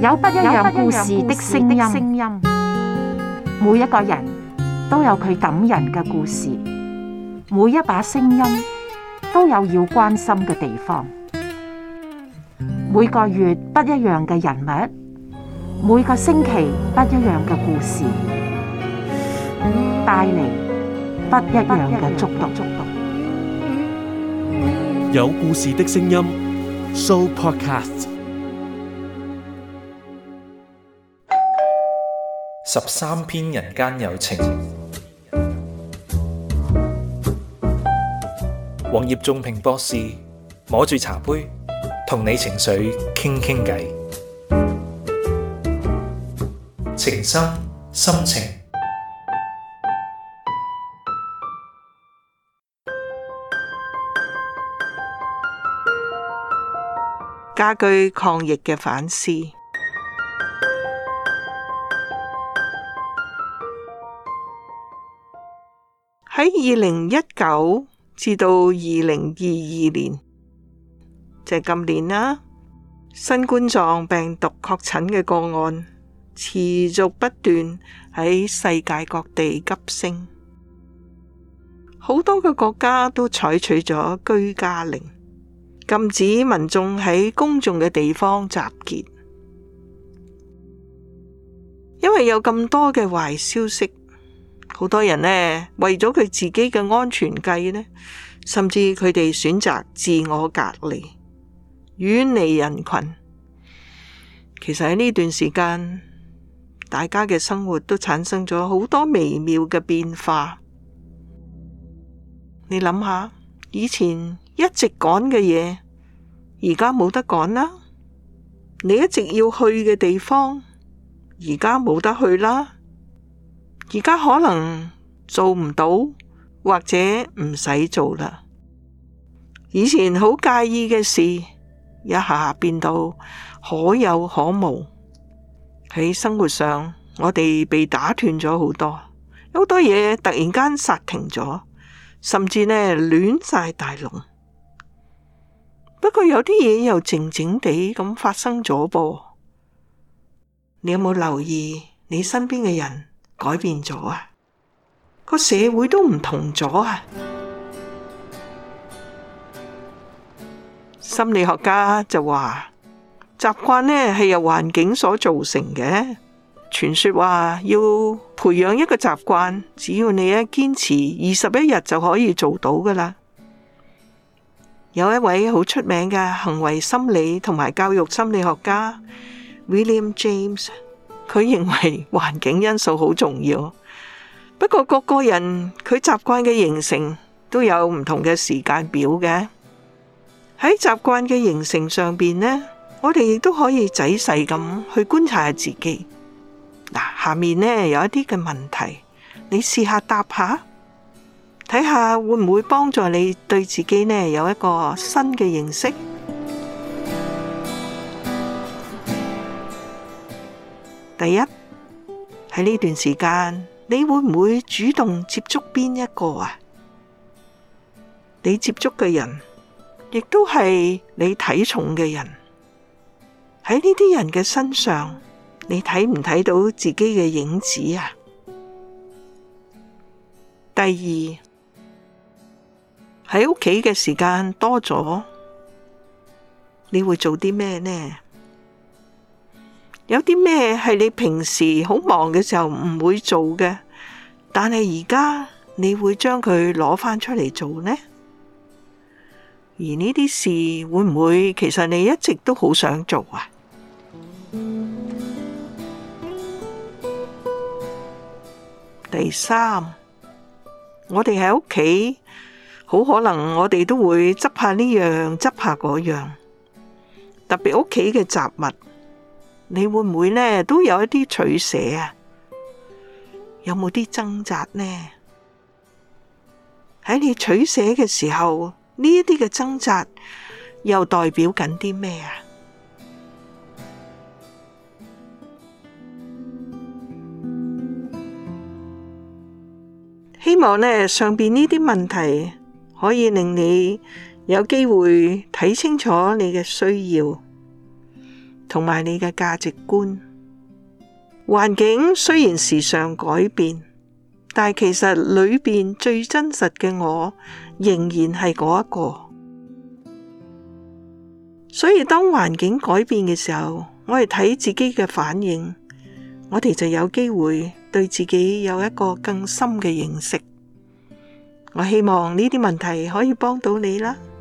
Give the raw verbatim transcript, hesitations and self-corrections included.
有不一樣故事的聲音，每一個人都有佢感人嘅故事，每一把聲音都有要關心嘅地方。每個月不一樣嘅人物，每個星期不一樣嘅故事，帶嚟不一樣嘅觸動。 有故事的聲音 Show Podcast。 十三篇人間有情。黃葉仲平博士摸住茶杯，同你情緒傾傾偈，情深深情。 家居抗疫嘅反思。喺二零一九至到二零二二年，即係今年啦，新冠狀病毒確診嘅個案持續不斷喺世界各地急升，好多個國家都採取咗居家令，禁止民眾喺公眾嘅地方集結。因為有咁多嘅壞消息，好多人呢，為咗佢自己嘅安全計呢，甚至佢哋選擇自我隔離，遠離人群。其實喺呢段時間，大家嘅生活都產生咗好多微妙嘅變化。你諗下，以前一直趕嘅嘢，而家冇得趕啦；你一直要去嘅地方，而家冇得去啦。而家可能做唔到，或者唔使做啦。以前好介意嘅事，一下變到可有可無。喺生活上，我哋被打斷咗好多，有好多嘢突然間剎停咗，甚至呢亂晒大龍。不過有啲嘢又靜靜地咁發生咗噃。你有冇留意你身邊嘅人改變咗啊？個社會都唔同咗啊！心理學家就話，習慣呢係由環境所造成嘅。傳說話要培養一個習慣，只要你一堅持二十一日就可以做到噶啦。有一位好出名嘅行為心理同埋教育心理學家 William James，佢認為環境因素好重要，不過各個人佢習慣嘅形成都有唔同嘅時間表嘅。喺習慣嘅形成上邊呢，我哋亦都可以仔細咁去觀察下自己。嗱，下面呢有一啲嘅問題，你試下答下，睇下會唔會幫助你對自己呢有一個新嘅認識。第一，喺呢段時間，你會唔會主動接觸邊一個啊？你接觸嘅人，亦都係你睇重嘅人。喺呢啲人嘅身上，你睇唔睇到自己嘅影子啊？第二，喺屋企嘅時間多咗，你會做啲咩呢？有啲咩係你平時好忙嘅時候唔會做嘅，但係而家你會將佢攞返出嚟做呢？而呢啲事會唔會其實你一直都好想做啊？第三，我哋喺屋企，好可能我哋都會執下呢樣，執下嗰樣，特別屋企嘅雜物。你會唔會呢都有一啲取捨啊？有冇啲掙扎呢？喺你取捨嘅時候，呢一啲嘅掙扎又代表緊啲咩啊？希望呢上邊呢啲問題可以令你有機會睇清楚你嘅需要。 同埋你嘅價值觀。環境雖然時常改變，但係其實裏邊最真實嘅我仍然係嗰一個。所以當環境改變嘅時候，我哋睇自己嘅反應，我哋就有機會對自己有一個更深嘅認識。我希望呢啲問題可以幫到你啦。